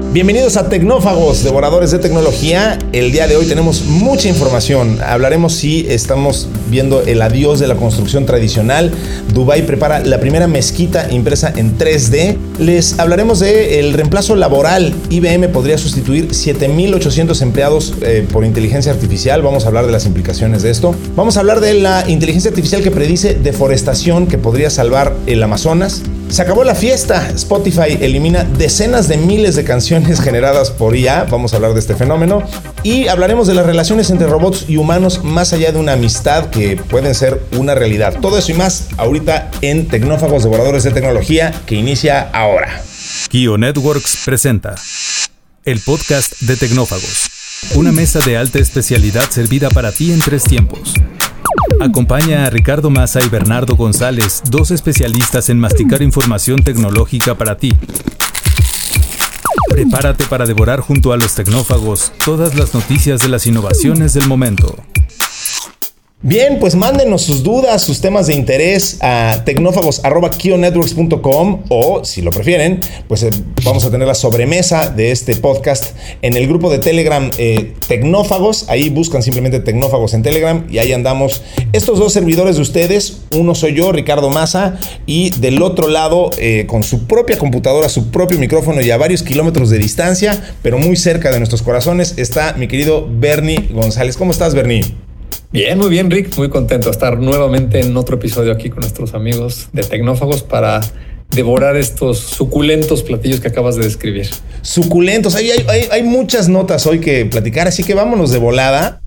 Bienvenidos a Tecnófagos, devoradores de tecnología. El día de hoy tenemos mucha información. Hablaremos si estamos viendo el adiós de la construcción tradicional. Dubái prepara la primera mezquita impresa en 3D. Les hablaremos del reemplazo laboral. IBM podría sustituir 7,800 empleados por inteligencia artificial. Vamos a hablar de las implicaciones de esto. Vamos a hablar de la inteligencia artificial que predice deforestación que podría salvar el Amazonas. Se acabó la fiesta. Spotify elimina decenas de miles de canciones generadas por IA. Vamos a hablar de este fenómeno. Y hablaremos de las relaciones entre robots y humanos más allá de una amistad que pueden ser una realidad. Todo eso y más ahorita en Tecnófagos, devoradores de tecnología, que inicia ahora. Kio Networks presenta el podcast de Tecnófagos. Una mesa de alta especialidad servida para ti en 3 tiempos. Acompaña a Ricardo Massa y Bernardo González, 2 especialistas en masticar información tecnológica para ti. Prepárate para devorar junto a los tecnófagos todas las noticias de las innovaciones del momento. Bien, pues mándenos sus dudas, sus temas de interés a tecnófagos@kionetworks.com o, si lo prefieren, pues vamos a tener la sobremesa de este podcast en el grupo de Telegram Tecnófagos. Ahí buscan simplemente Tecnófagos en Telegram y ahí andamos. Estos 2 servidores de ustedes, uno soy yo, Ricardo Massa, y del otro lado, con su propia computadora, su propio micrófono y a varios kilómetros de distancia, pero muy cerca de nuestros corazones, está mi querido Bernie González. ¿Cómo estás, Bernie? Bien, muy bien, Rick. Muy contento de estar nuevamente en otro episodio aquí con nuestros amigos de Tecnófagos para devorar estos suculentos platillos que acabas de describir. Suculentos. Hay muchas notas hoy que platicar, así que vámonos de volada.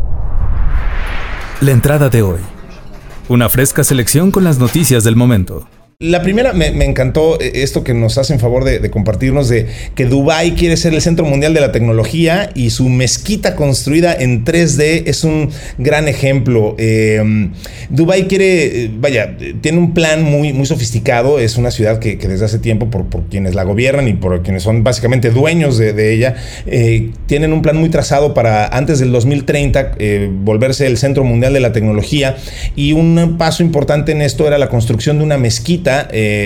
La entrada de hoy. Una fresca selección con las noticias del momento. La primera, me encantó esto que nos hacen favor de compartirnos, de que Dubái quiere ser el centro mundial de la tecnología y su mezquita construida en 3D es un gran ejemplo. Dubái quiere, tiene un plan muy sofisticado. Es una ciudad que desde hace tiempo, por quienes la gobiernan y por quienes son básicamente dueños de ella, tienen un plan muy trazado para antes del 2030 volverse el centro mundial de la tecnología. Y un paso importante en esto era la construcción de una mezquita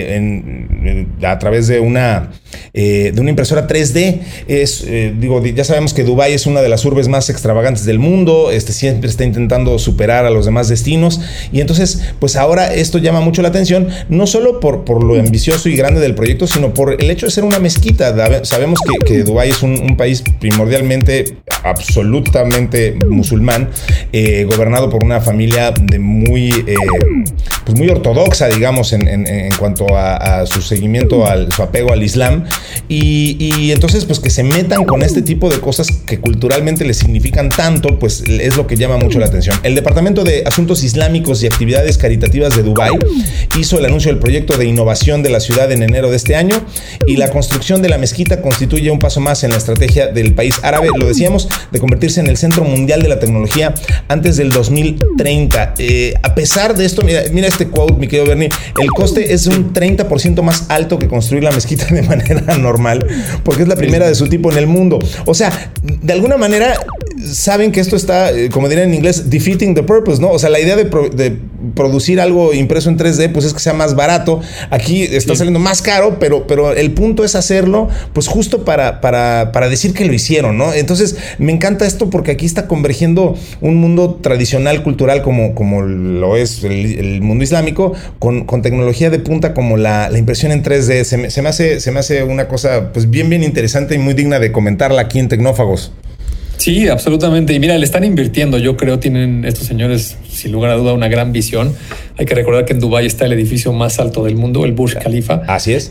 a través de una impresora 3D. Ya sabemos que Dubái es una de las urbes más extravagantes del mundo. Siempre está intentando superar a los demás destinos. Y entonces, pues ahora esto llama mucho la atención, no solo por lo ambicioso y grande del proyecto, sino por el hecho de ser una mezquita. Sabemos que Dubái es un país primordialmente, absolutamente musulmán, gobernado por una familia de muy ortodoxa, digamos, en cuanto a su seguimiento, su apego al Islam, y entonces pues que se metan con este tipo de cosas que culturalmente les significan tanto, pues es lo que llama mucho la atención. El Departamento de Asuntos Islámicos y Actividades Caritativas de Dubái hizo el anuncio del proyecto de innovación de la ciudad en enero de este año, y la construcción de la mezquita constituye un paso más en la estrategia del país árabe, lo decíamos, de convertirse en el centro mundial de la tecnología antes del 2030. A pesar de esto, mira este quote, mi querido Bernie: el coste es un 30% más alto que construir la mezquita de manera normal, porque es la primera de su tipo en el mundo. O sea, de alguna manera saben que esto está, como dirían en inglés, defeating the purpose, ¿no? O sea, la idea de producir algo impreso en 3D, pues es que sea más barato. Aquí está saliendo más caro, pero el punto es hacerlo, pues justo para decir que lo hicieron, ¿no? Entonces, me encanta esto porque aquí está convergiendo un mundo tradicional, cultural, como lo es el mundo islámico, con tecnología de punta como la impresión en 3D. Se me hace una cosa pues bien interesante y muy digna de comentarla aquí en Tecnófagos. Sí, absolutamente. Y mira, le están invirtiendo. Yo creo tienen estos señores, sin lugar a duda, una gran visión. Hay que recordar que en Dubái está el edificio más alto del mundo, el Burj Khalifa. Así es.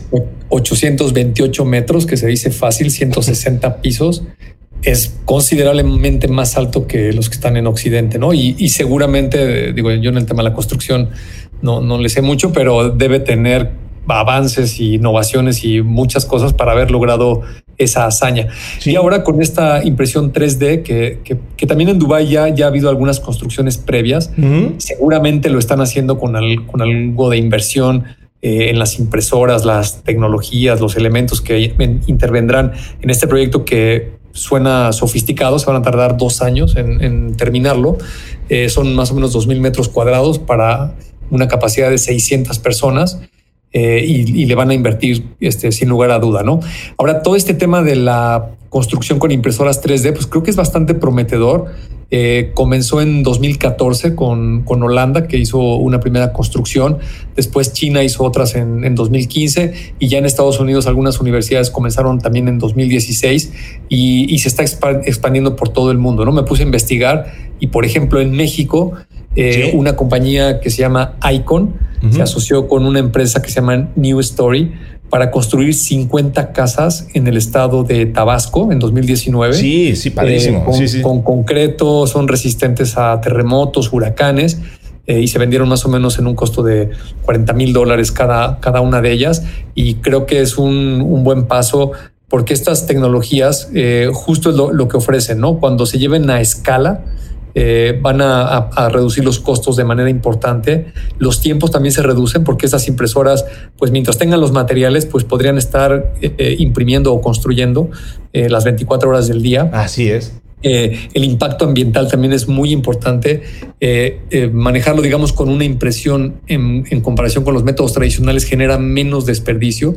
828 metros, que se dice fácil, 160 pisos. Es considerablemente más alto que los que están en Occidente, ¿no? Y seguramente, digo, yo en el tema de la construcción no le sé mucho, pero debe tener avances y innovaciones y muchas cosas para haber logrado esa hazaña. Sí. Y ahora con esta impresión 3D que también en Dubái ya ha habido algunas construcciones previas, seguramente lo están haciendo con algo de inversión en las impresoras, las tecnologías, los elementos que intervendrán en este proyecto que suena sofisticado. Se van a tardar 2 años en terminarlo. Son más o menos 2,000 metros cuadrados para una capacidad de 600 personas. y le van a invertir sin lugar a duda, ¿no? Ahora, todo este tema de la construcción con impresoras 3D, pues creo que es bastante prometedor. Comenzó en 2014 con Holanda, que hizo una primera construcción. Después China hizo otras en 2015 y ya en Estados Unidos algunas universidades comenzaron también en 2016 y se está expandiendo por todo el mundo, ¿no? Me puse a investigar y, por ejemplo, en México, una compañía que se llama Icon se asoció con una empresa que se llama New Story para construir 50 casas en el estado de Tabasco en 2019. Sí, padrísimo. Con concreto, son resistentes a terremotos, huracanes, y se vendieron más o menos en un costo de $40,000 cada una de ellas. Y creo que es un buen paso porque estas tecnologías justo es lo que ofrecen, ¿no? Cuando se lleven a escala, van a reducir los costos de manera importante. Los tiempos también se reducen porque estas impresoras, pues mientras tengan los materiales, pues podrían estar imprimiendo o construyendo las 24 horas del día. Así es. El impacto ambiental también es muy importante. Manejarlo, digamos, con una impresión en comparación con los métodos tradicionales genera menos desperdicio.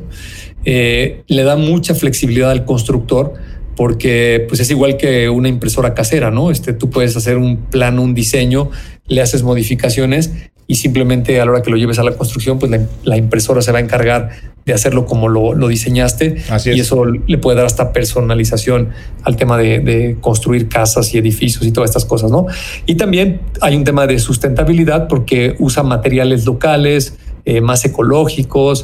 Le da mucha flexibilidad al constructor, porque pues es igual que una impresora casera, ¿no? Tú puedes hacer un plano, un diseño, le haces modificaciones y simplemente a la hora que lo lleves a la construcción, pues la impresora se va a encargar de hacerlo como lo diseñaste. Así es. Y eso le puede dar hasta personalización al tema de construir casas y edificios y todas estas cosas, ¿no? Y también hay un tema de sustentabilidad porque usa materiales locales, más ecológicos,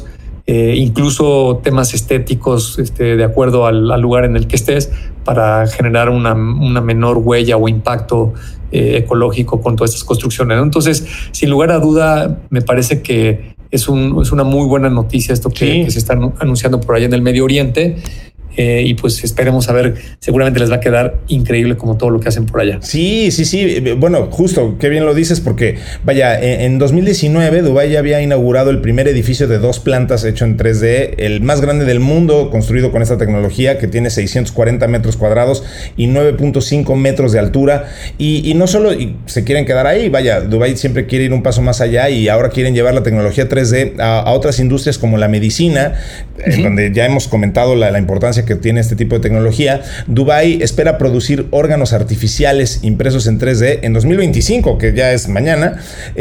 incluso temas estéticos de acuerdo al lugar en el que estés para generar una menor huella o impacto ecológico con todas estas construcciones, ¿no? Entonces, sin lugar a duda, me parece que es una muy buena noticia esto que se está anunciando por allá en el Medio Oriente. Y pues esperemos a ver, seguramente les va a quedar increíble como todo lo que hacen por allá. Sí. Bueno, justo, qué bien lo dices porque, vaya, en 2019 Dubái ya había inaugurado el primer edificio de 2 plantas hecho en 3D, el más grande del mundo, construido con esta tecnología que tiene 640 metros cuadrados y 9.5 metros de altura. Y no solo se quieren quedar ahí, vaya, Dubái siempre quiere ir un paso más allá y ahora quieren llevar la tecnología 3D a otras industrias como la medicina, en donde ya hemos comentado la importancia que tiene este tipo de tecnología. Dubái espera producir órganos artificiales impresos en 3D en 2025, que ya es mañana,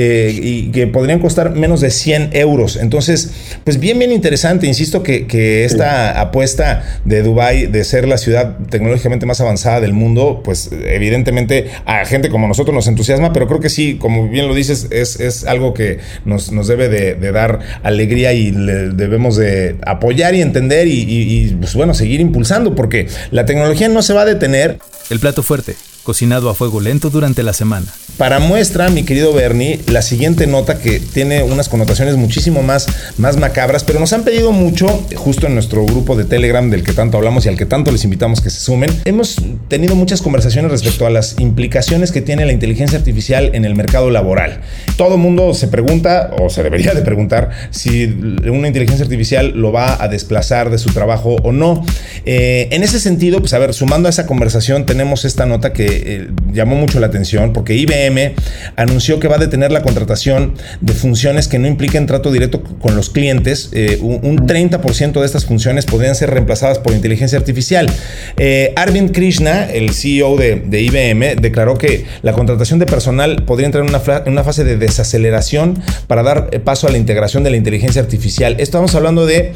y que podrían costar menos de 100 euros. Entonces, pues bien interesante. Insisto que esta apuesta de Dubái de ser la ciudad tecnológicamente más avanzada del mundo, pues evidentemente a gente como nosotros nos entusiasma, pero creo que sí, como bien lo dices, es algo que nos debe de dar alegría y le debemos de apoyar y entender y pues bueno, seguir impulsando porque la tecnología no se va a detener. El plato fuerte, cocinado a fuego lento durante la semana. Para muestra, mi querido Bernie, la siguiente nota que tiene unas connotaciones muchísimo más macabras, pero nos han pedido mucho, justo en nuestro grupo de Telegram del que tanto hablamos y al que tanto les invitamos que se sumen. Hemos tenido muchas conversaciones respecto a las implicaciones que tiene la inteligencia artificial en el mercado laboral. Todo mundo se pregunta, o se debería de preguntar, si una inteligencia artificial lo va a desplazar de su trabajo o no. En ese sentido, pues a ver, sumando a esa conversación, tenemos esta nota que llamó mucho la atención porque IBM anunció que va a detener la contratación de funciones que no impliquen trato directo con los clientes. Un 30% de estas funciones podrían ser reemplazadas por inteligencia artificial. Arvind Krishna, el CEO de IBM, declaró que la contratación de personal podría entrar en una fase de desaceleración para dar paso a la integración de la inteligencia artificial. Estamos hablando de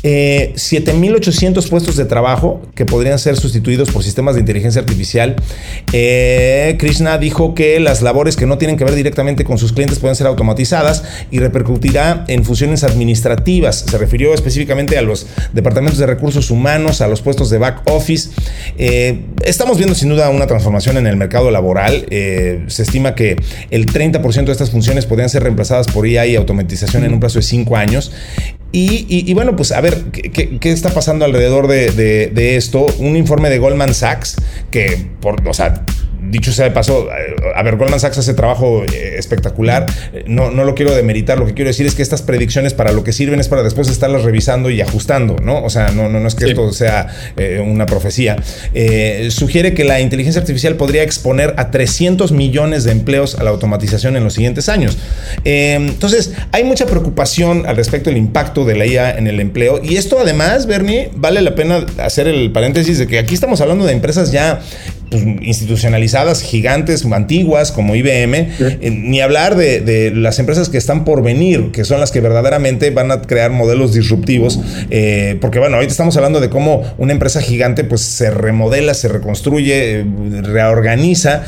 7,800 puestos de trabajo que podrían ser sustituidos por sistemas de inteligencia artificial. Krishna dijo que las labores que no tienen que ver directamente con sus clientes pueden ser automatizadas y repercutirá en funciones administrativas. Se refirió específicamente a los departamentos de recursos humanos, a los puestos de back office. Estamos viendo sin duda una transformación en el mercado laboral. Se estima que el 30% de estas funciones podrían ser reemplazadas por IA y automatización en un plazo de 5 años. Y bueno, pues a ver, ¿qué está pasando alrededor de esto? Un informe de Goldman Sachs que, dicho sea de paso, a ver, Goldman Sachs hace trabajo espectacular. No lo quiero demeritar. Lo que quiero decir es que estas predicciones para lo que sirven es para después estarlas revisando y ajustando, ¿no? O sea, no es que esto sea una profecía. Sugiere que la inteligencia artificial podría exponer a 300 millones de empleos a la automatización en los siguientes años. Entonces, hay mucha preocupación al respecto del impacto de la IA en el empleo. Y esto además, Bernie, vale la pena hacer el paréntesis de que aquí estamos hablando de empresas ya pues, institucionalizadas, gigantes, antiguas, como IBM, ni hablar de las empresas que están por venir, que son las que verdaderamente van a crear modelos disruptivos, porque bueno, ahorita estamos hablando de cómo una empresa gigante pues se remodela, se reconstruye, reorganiza,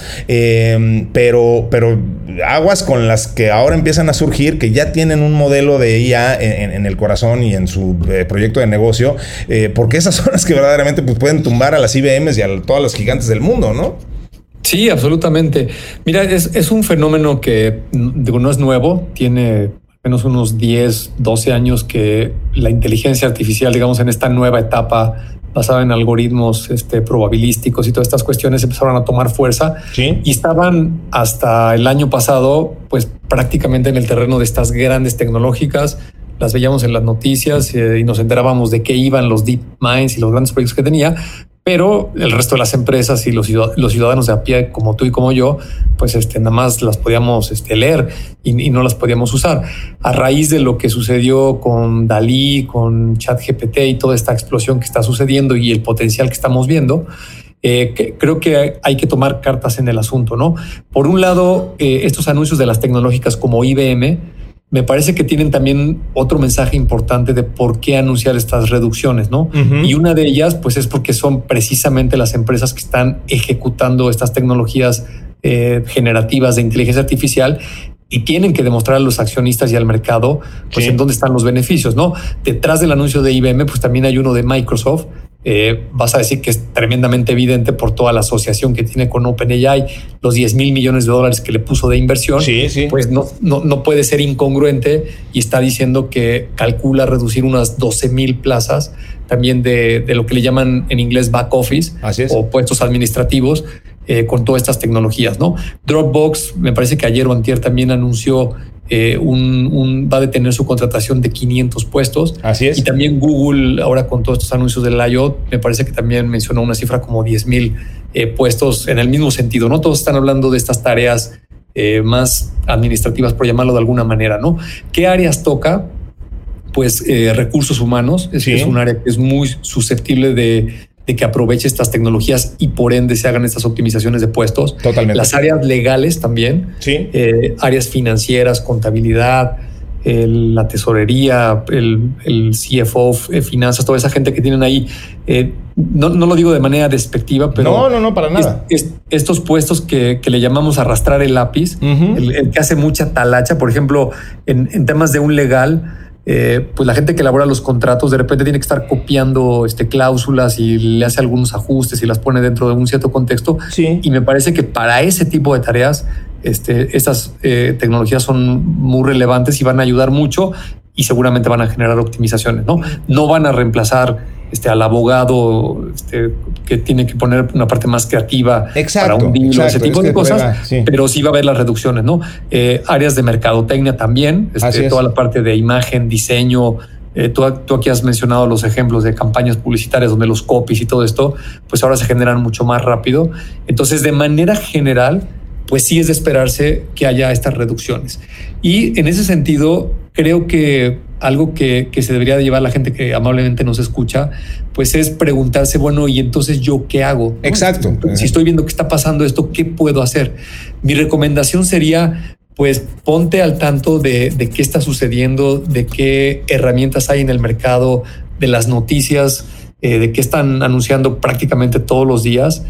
pero aguas con las que ahora empiezan a surgir, que ya tienen un modelo de IA en el corazón y en su proyecto de negocio, porque esas son las que verdaderamente pues, pueden tumbar a las IBMs y a todas las gigantes del mundo, ¿no? Sí, absolutamente. Mira, es un fenómeno que digo, no es nuevo, tiene menos unos 10, 12 años que la inteligencia artificial, digamos, en esta nueva etapa basada en algoritmos probabilísticos y todas estas cuestiones empezaron a tomar fuerza. ¿Sí? Y estaban hasta el año pasado, pues prácticamente en el terreno de estas grandes tecnológicas. Las veíamos en las noticias y nos enterábamos de qué iban los deep minds y los grandes proyectos que tenía. Pero el resto de las empresas y los ciudadanos de a pie, como tú y como yo, pues nada más las podíamos leer y no las podíamos usar. A raíz de lo que sucedió con DALL-E, con ChatGPT y toda esta explosión que está sucediendo y el potencial que estamos viendo, creo que hay que tomar cartas en el asunto, ¿no? Por un lado, estos anuncios de las tecnológicas como IBM, me parece que tienen también otro mensaje importante de por qué anunciar estas reducciones, ¿no? Uh-huh. Y una de ellas, pues, es porque son precisamente las empresas que están ejecutando estas tecnologías generativas de inteligencia artificial y tienen que demostrar a los accionistas y al mercado, pues, en dónde están los beneficios, ¿no? Detrás del anuncio de IBM, pues, también hay uno de Microsoft. Vas a decir que es tremendamente evidente por toda la asociación que tiene con OpenAI, los $10,000 millones que le puso de inversión, pues no puede ser incongruente y está diciendo que calcula reducir unas 12,000 plazas también de lo que le llaman en inglés back office o puestos administrativos con todas estas tecnologías, ¿no? Dropbox, me parece que ayer o antier también anunció va a detener su contratación de 500 puestos. Así es. Y también Google, ahora con todos estos anuncios del I.O., me parece que también mencionó una cifra como 10,000 puestos en el mismo sentido, ¿no? Todos están hablando de estas tareas más administrativas, por llamarlo de alguna manera, ¿no? ¿Qué áreas toca? Pues recursos humanos. Es un área que es muy susceptible de que aproveche estas tecnologías y por ende se hagan estas optimizaciones de puestos. Totalmente. Las áreas legales también. Sí. Áreas financieras, contabilidad, la tesorería, el CFO, finanzas, toda esa gente que tienen ahí. No lo digo de manera despectiva, pero no, para nada. Estos puestos que le llamamos arrastrar el lápiz, uh-huh. el que hace mucha talacha, por ejemplo, en temas de un legal, pues la gente que elabora los contratos de repente tiene que estar copiando cláusulas y le hace algunos ajustes y las pone dentro de un cierto contexto. Sí. Y me parece que para ese tipo de tareas estas tecnologías son muy relevantes y van a ayudar mucho y seguramente van a generar optimizaciones, ¿no? No van a reemplazar al abogado que tiene que poner una parte más creativa para un deal, ese tipo de cosas, pero sí va a haber las reducciones, ¿no? Áreas de mercadotecnia también, toda la parte de imagen, diseño. Tú aquí has mencionado los ejemplos de campañas publicitarias donde los copies y todo esto, pues ahora se generan mucho más rápido. Entonces, de manera general, pues sí es de esperarse que haya estas reducciones. Y en ese sentido, creo que algo que se debería de llevar la gente que amablemente nos escucha, pues es preguntarse, bueno, ¿y entonces yo qué hago? ¿No? Exacto. Si estoy viendo que está pasando esto, ¿qué puedo hacer? Mi recomendación sería, pues ponte al tanto de qué está sucediendo, de qué herramientas hay en el mercado, de las noticias, de qué están anunciando prácticamente todos los días.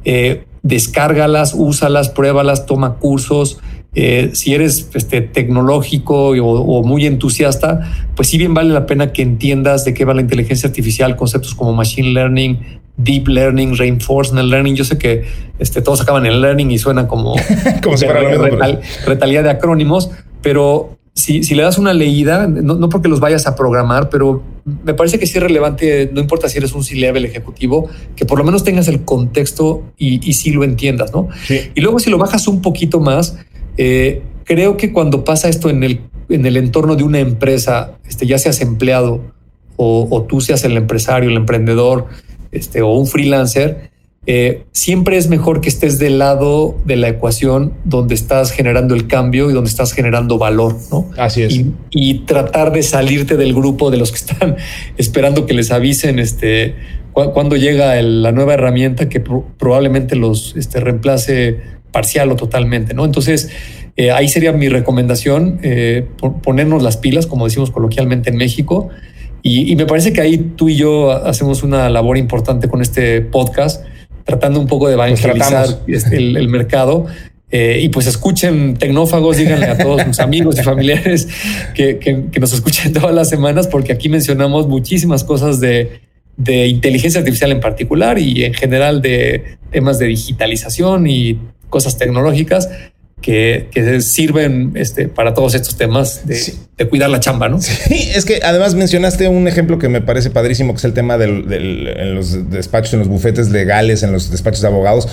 Descárgalas, úsalas, pruébalas, toma cursos. Si eres tecnológico o muy entusiasta, pues sí bien vale la pena que entiendas de qué va la inteligencia artificial, conceptos como machine learning, deep learning, reinforcement learning. Yo sé que todos acaban en learning y suenan como como si fuera retalía de acrónimos, pero si le das una leída, no porque los vayas a programar, pero me parece que sí es relevante, no importa si eres un C-level ejecutivo, que por lo menos tengas el contexto y sí lo entiendas, ¿no? Sí. Y luego si lo bajas un poquito más, creo que cuando pasa esto en el entorno de una empresa, ya seas empleado o tú seas el empresario, el emprendedor, o un freelancer, siempre es mejor que estés del lado de la ecuación donde estás generando el cambio y donde estás generando valor, ¿no? Así es. Y tratar de salirte del grupo de los que están esperando que les avisen cuando llega la nueva herramienta que probablemente los reemplace parcial o totalmente, ¿no? Entonces, ahí sería mi recomendación, ponernos las pilas, como decimos coloquialmente en México. Y me parece que ahí tú y yo hacemos una labor importante con este podcast, tratando un poco de evangelizar el mercado. Y pues escuchen Tecnófagos, díganle a todos sus amigos y familiares que nos escuchen todas las semanas, porque aquí mencionamos muchísimas cosas de inteligencia artificial en particular y en general de temas de digitalización y cosas tecnológicas que sirven para todos estos temas de cuidar la chamba, ¿no? Sí, es que además mencionaste un ejemplo que me parece padrísimo, que es el tema en los despachos, en los bufetes legales, en los despachos de abogados.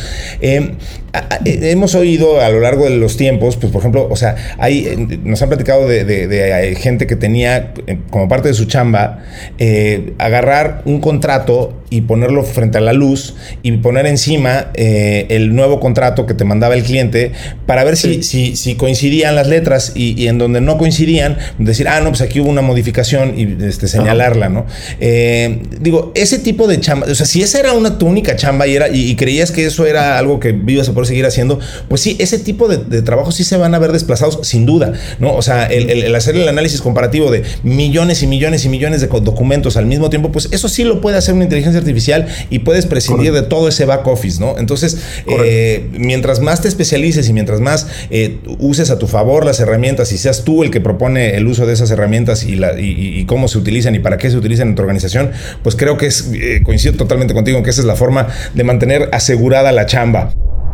Hemos oído a lo largo de los tiempos, pues por ejemplo, o sea, nos han platicado de gente que tenía como parte de su chamba agarrar un contrato y ponerlo frente a la luz y poner encima el nuevo contrato que te mandaba el cliente para ver si coincidían las letras y en donde no coincidían, decir, no, pues aquí hubo una modificación y señalarla, ¿no? Digo, ese tipo de chamba, o sea, si esa era tu única chamba y creías que eso era algo que ibas a poder seguir haciendo, pues sí, ese tipo de trabajo sí se van a ver desplazados, sin duda, ¿no? O sea, el hacer el análisis comparativo de millones y millones y millones de documentos al mismo tiempo, pues eso sí lo puede hacer una inteligencia artificial y puedes prescindir de todo ese back office, ¿no? Entonces, mientras más te especialices y mientras más uses a tu favor las herramientas y seas tú el que propone el uso de esas herramientas y cómo se utilizan y para qué se utilizan en tu organización, pues creo que coincido totalmente contigo en que esa es la forma de mantener asegurada la chamba.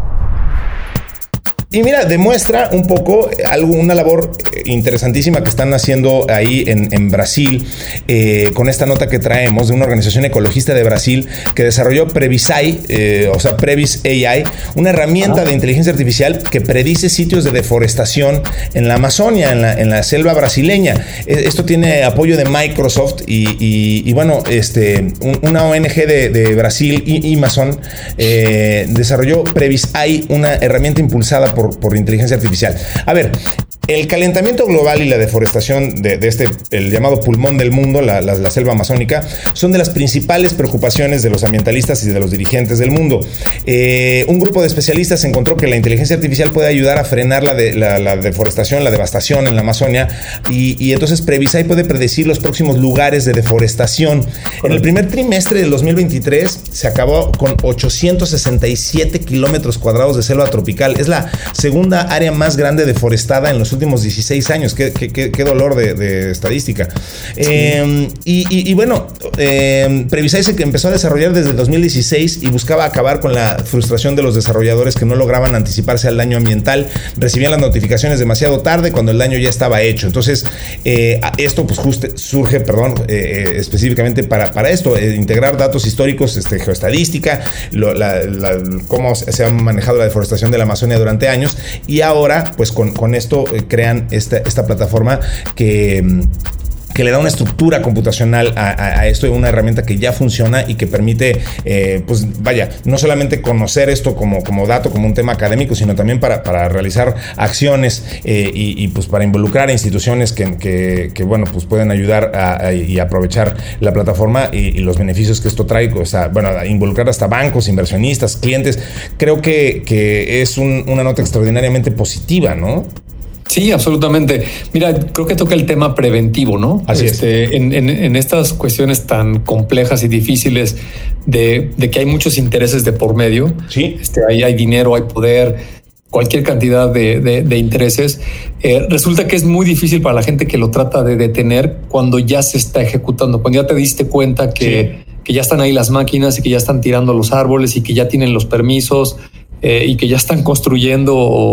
Y mira, demuestra un poco una labor interesantísima que están haciendo ahí en Brasil, con esta nota que traemos de una organización ecologista de Brasil que desarrolló Previsai, Previs AI, una herramienta de inteligencia artificial que predice sitios de deforestación en la Amazonia, en la selva brasileña. Esto tiene apoyo de Microsoft y bueno, una ONG de Brasil, Amazon, desarrolló Previsai, una herramienta impulsada por inteligencia artificial. A ver, el calentamiento global y la deforestación de el llamado pulmón del mundo, la selva amazónica, son de las principales preocupaciones de los ambientalistas y de los dirigentes del mundo. Un grupo de especialistas encontró que la inteligencia artificial puede ayudar a frenar la deforestación, la devastación en la Amazonia, y entonces Previsai puede predecir los próximos lugares de deforestación. En el primer trimestre del 2023 se acabó con 867 kilómetros cuadrados de selva tropical. Es la segunda área más grande deforestada en los últimos 16 años. Qué dolor de estadística. Sí. Y bueno, Previsai se empezó a desarrollar desde el 2016 y buscaba acabar con la frustración de los desarrolladores que no lograban anticiparse al daño ambiental, recibían las notificaciones demasiado tarde cuando el daño ya estaba hecho. Entonces, esto pues surge, específicamente para esto, integrar datos históricos, geoestadística, cómo se ha manejado la deforestación de la Amazonia durante años, y ahora pues con esto crean esta plataforma que le da una estructura computacional a esto, una herramienta que ya funciona y que permite, no solamente conocer esto como dato, como un tema académico, sino también para realizar acciones y pues para involucrar a instituciones que pues pueden ayudar y aprovechar la plataforma y los beneficios que esto trae, o sea, involucrar hasta bancos, inversionistas, clientes. Creo que es una nota extraordinariamente positiva, ¿no? Sí, absolutamente. Mira, creo que toca el tema preventivo, ¿no? Así es. En estas cuestiones tan complejas y difíciles de que hay muchos intereses de por medio. Sí. Hay dinero, hay poder, cualquier cantidad de intereses. Resulta que es muy difícil para la gente que lo trata de detener cuando ya se está ejecutando, cuando ya te diste cuenta que ya están ahí las máquinas y que ya están tirando los árboles y que ya tienen los permisos y que ya están construyendo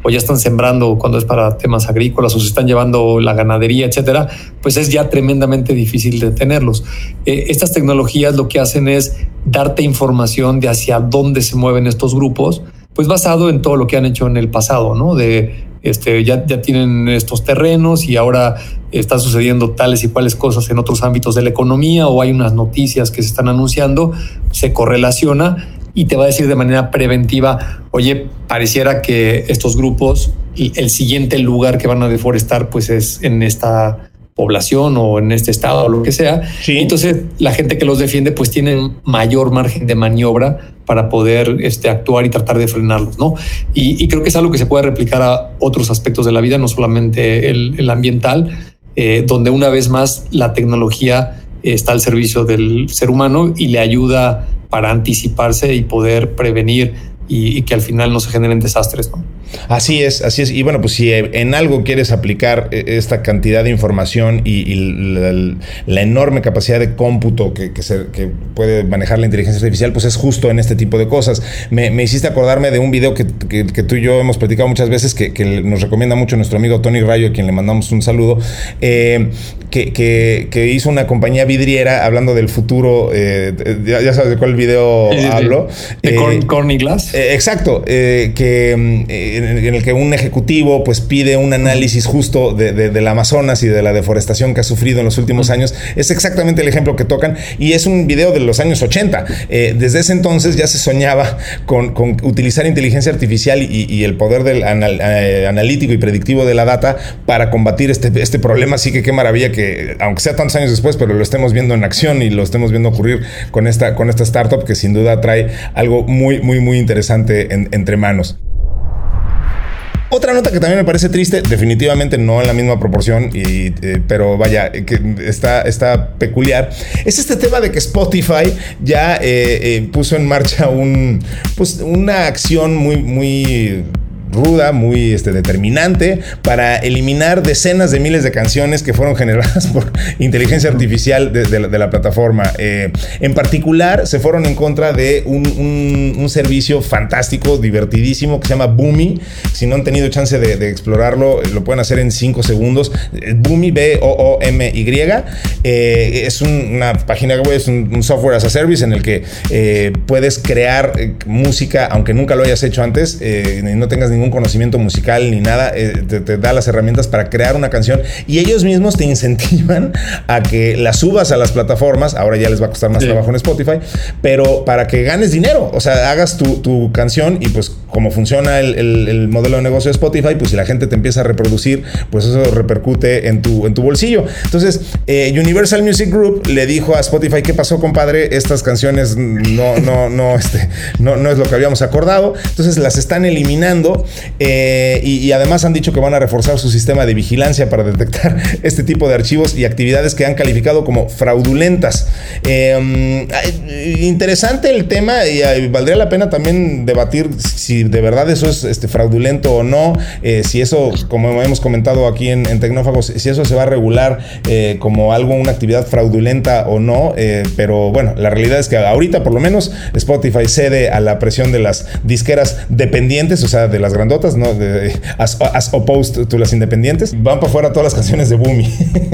o ya están sembrando cuando es para temas agrícolas, o se están llevando la ganadería, etcétera, pues es ya tremendamente difícil detenerlos. Estas tecnologías lo que hacen es darte información de hacia dónde se mueven estos grupos, pues basado en todo lo que han hecho en el pasado, ¿no? Ya tienen estos terrenos y ahora está sucediendo tales y cuales cosas en otros ámbitos de la economía, o hay unas noticias que se están anunciando, se correlaciona y te va a decir de manera preventiva, oye, pareciera que estos grupos, el siguiente lugar que van a deforestar pues es en esta población o en este estado o lo que sea. Sí. Entonces la gente que los defiende pues tiene mayor margen de maniobra para poder actuar y tratar de frenarlos, ¿no? Y creo que es algo que se puede replicar a otros aspectos de la vida, no solamente el ambiental, donde una vez más la tecnología está al servicio del ser humano y le ayuda para anticiparse y poder prevenir y que al final no se generen desastres, ¿no? Así es. Y bueno, pues si en algo quieres aplicar esta cantidad de información y la enorme capacidad de cómputo que puede manejar la inteligencia artificial, pues es justo en este tipo de cosas. Me hiciste acordarme de un video que tú y yo hemos platicado muchas veces, que nos recomienda mucho nuestro amigo Tony Rayo, a quien le mandamos un saludo, que hizo una compañía vidriera hablando del futuro. Ya sabes de cuál video hablo. De Corning Glass. Exacto. En el que un ejecutivo pues pide un análisis justo del Amazonas y de la deforestación que ha sufrido en los últimos años. Es exactamente el ejemplo que tocan, y es un video de los años 80. Desde ese entonces ya se soñaba con utilizar inteligencia artificial y el poder del analítico y predictivo de la data para combatir este problema. Así que qué maravilla que, aunque sea tantos años después, pero lo estemos viendo en acción y lo estemos viendo ocurrir con esta startup, que sin duda trae algo muy, muy, muy interesante entre manos. Otra nota que también me parece triste, definitivamente no en la misma proporción, pero vaya, que está peculiar, es este tema de que Spotify ya puso en marcha una acción muy, muy ruda, muy determinante para eliminar decenas de miles de canciones que fueron generadas por inteligencia artificial de la plataforma. En particular, se fueron en contra de un servicio fantástico, divertidísimo, que se llama Boomy. Si no han tenido chance de explorarlo, lo pueden hacer en 5 segundos. Boomy, Boomy. Es una página web, es un software as a service en el que puedes crear música, aunque nunca lo hayas hecho antes, y no tengas ningún conocimiento musical ni nada. Te da las herramientas para crear una canción, y ellos mismos te incentivan a que la subas a las plataformas. Ahora ya les va a costar más trabajo en Spotify, pero para que ganes dinero, o sea, hagas tu canción, y pues como funciona el modelo de negocio de Spotify, pues si la gente te empieza a reproducir, pues eso repercute en tu bolsillo. Entonces Universal Music Group le dijo a Spotify: ¿qué pasó, compadre? Estas canciones no es lo que habíamos acordado. Entonces las están eliminando. Y además han dicho que van a reforzar su sistema de vigilancia para detectar este tipo de archivos y actividades que han calificado como fraudulentas. Interesante el tema, y valdría la pena también debatir si de verdad eso es fraudulento o no, si eso, como hemos comentado aquí en Tecnófagos, si eso se va a regular como una actividad fraudulenta o no. Pero bueno, la realidad es que ahorita por lo menos Spotify cede a la presión de las disqueras dependientes, o sea, de las grandotas, ¿no? As opposed to las independientes. Van para afuera todas las canciones de Boomy.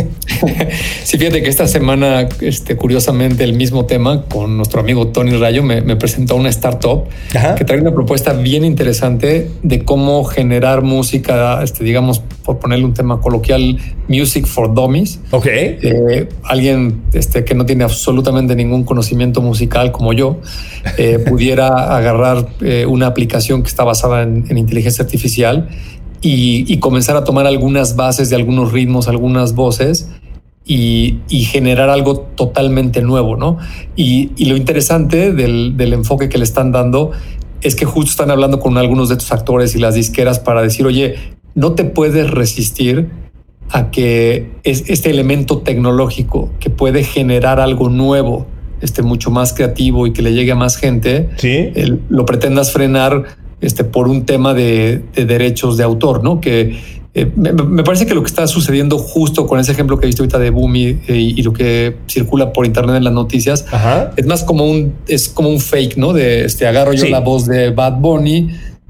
Sí, fíjate que esta semana, curiosamente, el mismo tema con nuestro amigo Tony Rayo me presentó una startup que trae una propuesta bien interesante de cómo generar música, digamos, por ponerle un tema coloquial, music for dummies. Ok. Alguien que no tiene absolutamente ningún conocimiento musical como yo, pudiera agarrar una aplicación que está basada en inteligencia artificial y comenzar a tomar algunas bases de algunos ritmos, algunas voces, y generar algo totalmente nuevo, ¿no? Y lo interesante del enfoque que le están dando es que justo están hablando con algunos de estos actores y las disqueras para decir: oye, no te puedes resistir a que este elemento tecnológico que puede generar algo nuevo, mucho más creativo y que le llegue a más gente, ¿sí? Lo pretendas frenar por un tema de derechos de autor, ¿no? Que me parece que lo que está sucediendo justo con ese ejemplo que viste ahorita de Boomy y lo que circula por internet en las noticias, es más como un fake, ¿no? De agarro yo la voz de Bad Bunny,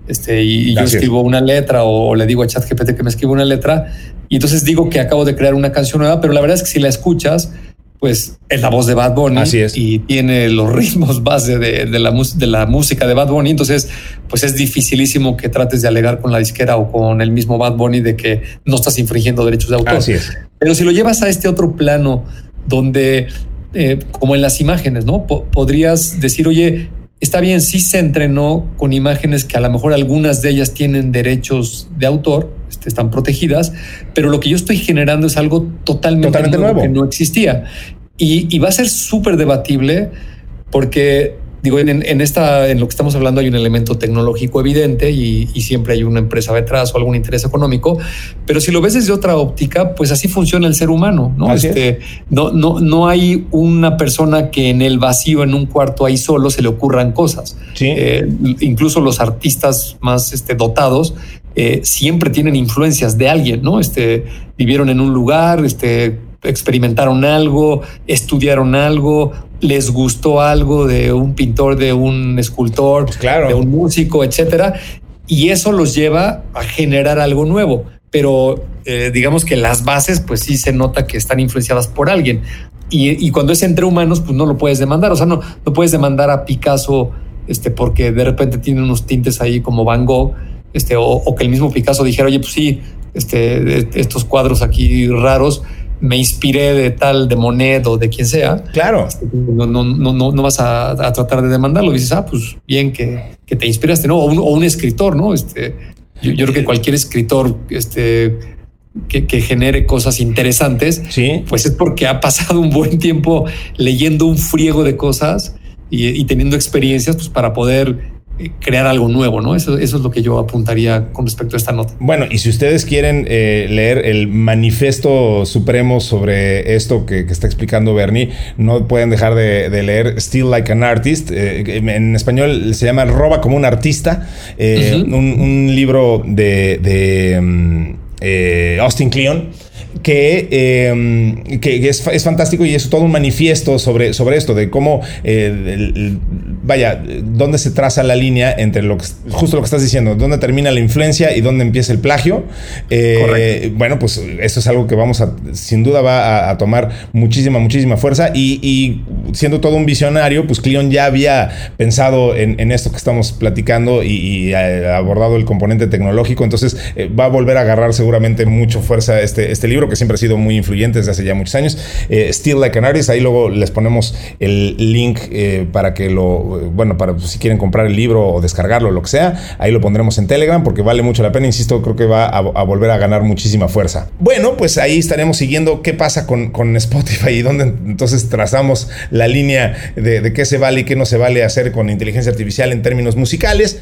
y yo escribo una letra o le digo a ChatGPT que me escriba una letra y entonces digo que acabo de crear una canción nueva, pero la verdad es que si la escuchas, pues es la voz de Bad Bunny. Así es. Y tiene los ritmos base de la música de Bad Bunny. Entonces, pues es dificilísimo que trates de alegar con la disquera o con el mismo Bad Bunny de que no estás infringiendo derechos de autor. Así es. Pero si lo llevas a este otro plano donde, como en las imágenes, ¿no? Podrías decir, oye, está bien, sí se entrenó con imágenes que a lo mejor algunas de ellas tienen derechos de autor, están protegidas, pero lo que yo estoy generando es algo totalmente nuevo que no existía. Y va a ser súper debatible porque, digo, en lo que estamos hablando hay un elemento tecnológico evidente y siempre hay una empresa detrás o algún interés económico, pero si lo ves desde otra óptica, pues así funciona el ser humano, ¿no? No hay una persona que en el vacío, en un cuarto ahí solo, se le ocurran cosas. Sí. Incluso los artistas más dotados siempre tienen influencias de alguien, ¿no? Vivieron en un lugar, experimentaron algo, estudiaron algo, les gustó algo de un pintor, de un escultor, pues claro, de un músico, etcétera, y eso los lleva a generar algo nuevo. Pero digamos que las bases, pues sí se nota que están influenciadas por alguien. Y cuando es entre humanos, pues no lo puedes demandar. O sea, no puedes demandar a Picasso porque de repente tiene unos tintes ahí como Van Gogh, o que el mismo Picasso dijera, oye, pues sí, estos cuadros aquí raros me inspiré de Monet o de quien sea. Claro. No vas a tratar de demandarlo. Dices, pues bien que te inspiraste, ¿no? O un escritor, ¿no? Yo creo que cualquier escritor que genere cosas interesantes, ¿sí? Pues es porque ha pasado un buen tiempo leyendo un friego de cosas y teniendo experiencias, pues para poder crear algo nuevo, ¿no? Eso es lo que yo apuntaría con respecto a esta nota. Bueno, y si ustedes quieren leer el manifiesto supremo sobre esto que está explicando Bernie, no pueden dejar de leer Steal Like an Artist. En español se llama Roba como un artista. Un libro de Austin Kleon, que es fantástico y es todo un manifiesto sobre esto, de cómo dónde se traza la línea entre justo lo que estás diciendo, dónde termina la influencia y dónde empieza el plagio. Bueno, pues esto es algo que sin duda va a tomar muchísima fuerza y siendo todo un visionario, pues Kleon ya había pensado en esto que estamos platicando y abordado el componente tecnológico, entonces va a volver a agarrar seguramente mucho fuerza este libro, que siempre ha sido muy influyente desde hace ya muchos años. Steal Like an Artist, ahí luego les ponemos el link para que para si quieren comprar el libro o descargarlo, lo que sea, ahí lo pondremos en Telegram porque vale mucho la pena, insisto, creo que va a volver a ganar muchísima fuerza. Bueno, pues ahí estaremos siguiendo qué pasa con Spotify y dónde entonces trazamos la línea de qué se vale y qué no se vale hacer con inteligencia artificial en términos musicales.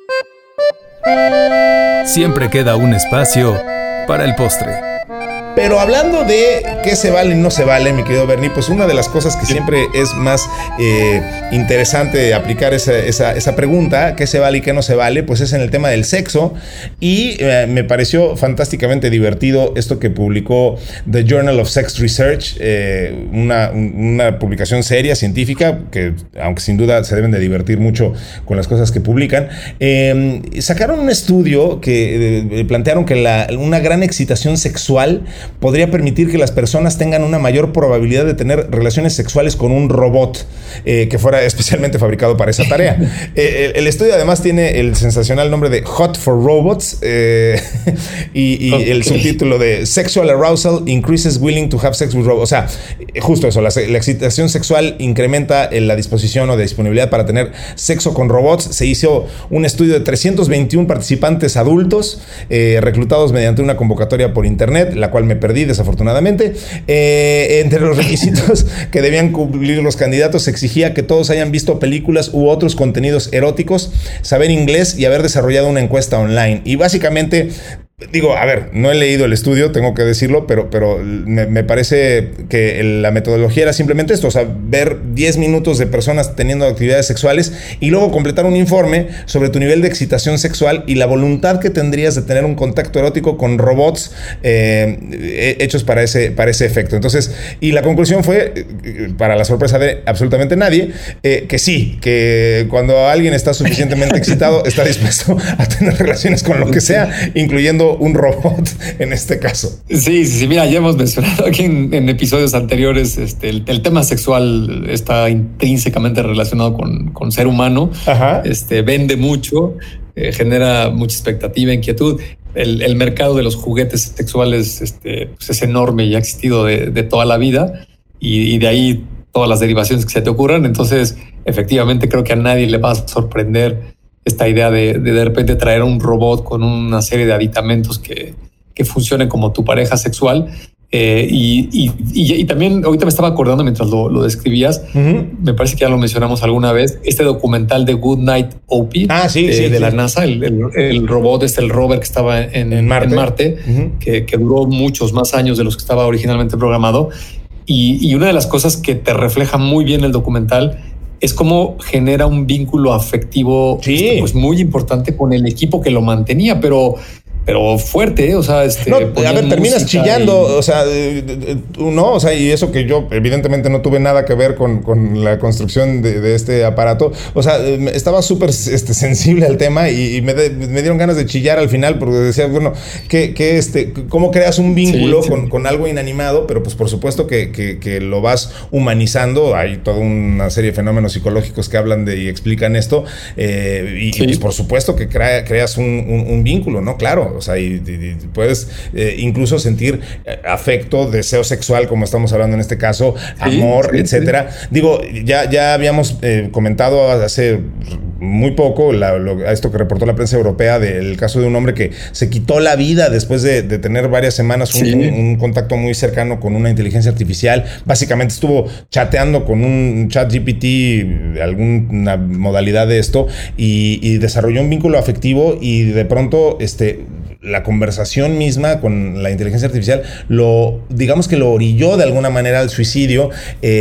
Siempre queda un espacio para el postre. Pero hablando de qué se vale y no se vale, mi querido Bernie, pues una de las cosas que siempre es más interesante aplicar esa pregunta, qué se vale y qué no se vale, pues es en el tema del sexo. Y me pareció fantásticamente divertido esto que publicó The Journal of Sex Research, una publicación seria, científica, que aunque sin duda se deben de divertir mucho con las cosas que publican. Sacaron un estudio que plantearon que una gran excitación sexual podría permitir que las personas tengan una mayor probabilidad de tener relaciones sexuales con un robot que fuera especialmente fabricado para esa tarea. El estudio además tiene el sensacional nombre de Hot for Robots y el subtítulo de Sexual Arousal Increases Willing to Have Sex with Robots. O sea, justo eso, la excitación sexual incrementa la disposición o de disponibilidad para tener sexo con robots. Se hizo un estudio de 321 participantes adultos reclutados mediante una convocatoria por internet, la cual me perdí desafortunadamente. Entre los requisitos que debían cumplir los candidatos se exigía que todos hayan visto películas u otros contenidos eróticos, saber inglés y haber desarrollado una encuesta online. Y básicamente Digo, a ver, no he leído el estudio, tengo que decirlo, pero me parece que la metodología era simplemente esto, o sea, ver 10 minutos de personas teniendo actividades sexuales y luego completar un informe sobre tu nivel de excitación sexual y la voluntad que tendrías de tener un contacto erótico con robots hechos para ese efecto. Entonces, y la conclusión fue, para la sorpresa de absolutamente nadie, que sí, que cuando alguien está suficientemente excitado, está dispuesto a tener relaciones con lo que sea, incluyendo un robot en este caso. Sí. Mira, ya hemos mencionado aquí en episodios anteriores, el tema sexual está intrínsecamente relacionado con ser humano. Ajá. Vende mucho, genera mucha expectativa, inquietud. El mercado de los juguetes sexuales pues es enorme y ha existido de toda la vida y de ahí todas las derivaciones que se te ocurran. Entonces, efectivamente, creo que a nadie le va a sorprender esta idea de repente traer un robot con una serie de aditamentos que funcionen como tu pareja sexual. Y también ahorita me estaba acordando mientras lo describías, me parece que ya lo mencionamos alguna vez, este documental de Goodnight OP de la NASA, el robot, el rover que estaba en Marte que duró muchos más años de los que estaba originalmente programado. Y una de las cosas que te refleja muy bien el documental es cómo genera un vínculo afectivo pues muy importante con el equipo que lo mantenía, pero fuerte, o sea, no, a ver, terminas chillando, o sea, no, o sea, y eso que yo evidentemente no tuve nada que ver con la construcción de este aparato, o sea, estaba súper sensible al tema y me dieron ganas de chillar al final porque decía, bueno, ¿cómo creas un vínculo con algo inanimado? Pero pues por supuesto que lo vas humanizando, hay toda una serie de fenómenos psicológicos que hablan y explican esto, y pues por supuesto que creas un vínculo, ¿no? Claro. O sea, y puedes incluso sentir afecto, deseo sexual, como estamos hablando en este caso, amor, etcétera. Digo, ya habíamos comentado hace muy poco esto que reportó la prensa europea del caso de un hombre que se quitó la vida después de tener varias semanas un contacto muy cercano con una inteligencia artificial. Básicamente estuvo chateando con un ChatGPT, alguna modalidad de esto, y desarrolló un vínculo afectivo y de pronto la conversación misma con la inteligencia artificial digamos que lo orilló de alguna manera al suicidio.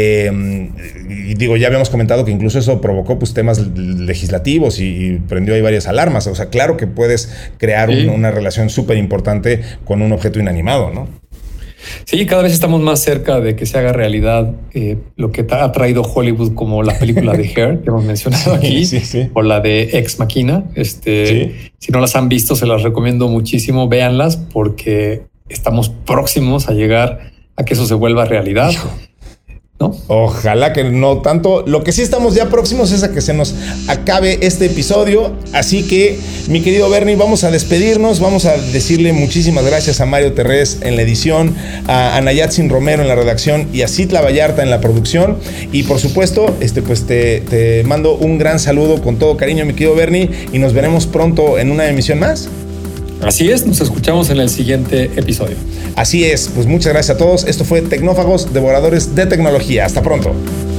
Y digo, ya habíamos comentado que incluso eso provocó pues temas legislativos y prendió ahí varias alarmas. O sea, claro que puedes crear una relación súper importante con un objeto inanimado, ¿no? Sí, cada vez estamos más cerca de que se haga realidad lo que ha traído Hollywood, como la película de Hair que hemos mencionado aquí, o la de Ex Machina. Si no las han visto, se las recomiendo muchísimo. Véanlas porque estamos próximos a llegar a que eso se vuelva realidad. ¿No? Ojalá que no tanto. Lo que sí estamos ya próximos es a que se nos acabe este episodio. Así que, mi querido Bernie, vamos a despedirnos. Vamos a decirle muchísimas gracias a Mario Terrés en la edición, a Nayatsin Romero en la redacción y a Citla Vallarta en la producción. Y por supuesto, pues te mando un gran saludo con todo cariño, mi querido Bernie, y nos veremos pronto en una emisión más. Así es, nos escuchamos en el siguiente episodio. Así es, pues muchas gracias a todos. Esto fue Tecnófagos, devoradores de tecnología. Hasta pronto.